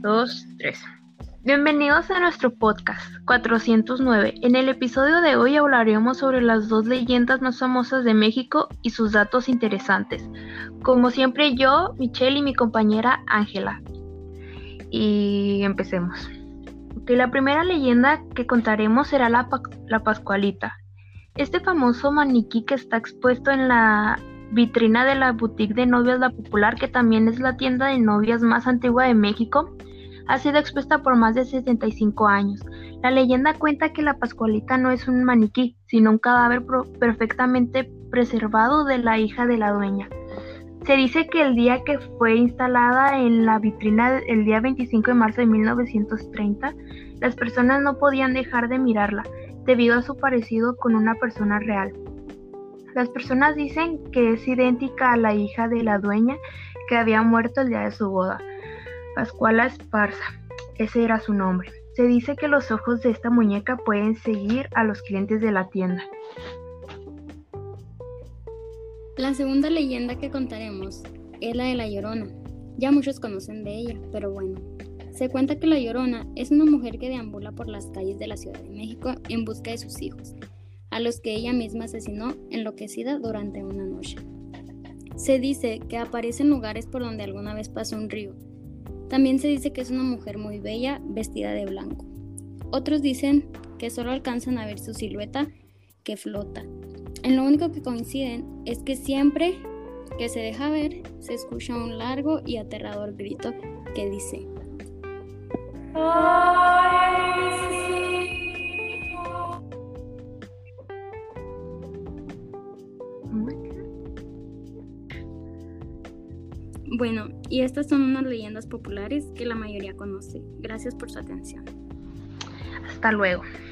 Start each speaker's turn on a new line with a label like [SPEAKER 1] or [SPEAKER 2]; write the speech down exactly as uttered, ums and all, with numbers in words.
[SPEAKER 1] dos, tres. Bienvenidos a nuestro podcast cuatrocientos nueve. En el episodio de hoy hablaremos sobre las dos leyendas más famosas de México y sus datos interesantes. Como siempre yo, Michelle y mi compañera Ángela. Y empecemos. Okay, la primera leyenda que contaremos será la, pa- la Pascualita. Este famoso maniquí que está expuesto en la vitrina de la boutique de novias La Popular, que también es la tienda de novias más antigua de México, ha sido expuesta por más de setenta y cinco años. La leyenda cuenta que la Pascualita no es un maniquí, sino un cadáver pro- perfectamente preservado de la hija de la dueña. Se dice que el día que fue instalada en la vitrina, el día veinticinco de marzo de mil novecientos treinta, las personas no podían dejar de mirarla, debido a su parecido con una persona real. Las personas dicen que es idéntica a la hija de la dueña que había muerto el día de su boda, Pascuala Esparza. Ese era su nombre. Se dice que los ojos de esta muñeca pueden seguir a los clientes de la tienda.
[SPEAKER 2] La segunda leyenda que contaremos es la de La Llorona. Ya muchos conocen de ella, pero bueno. Se cuenta que La Llorona es una mujer que deambula por las calles de la Ciudad de México en busca de sus hijos, a los que ella misma asesinó enloquecida durante una noche. Se dice que aparece en lugares por donde alguna vez pasó un río. También se dice que es una mujer muy bella, vestida de blanco. Otros dicen que solo alcanzan a ver su silueta que flota. En lo único que coinciden es que siempre que se deja ver, se escucha un largo y aterrador grito que dice: Bueno, y estas son unas leyendas populares que la mayoría conoce. Gracias por su atención.
[SPEAKER 1] Hasta luego.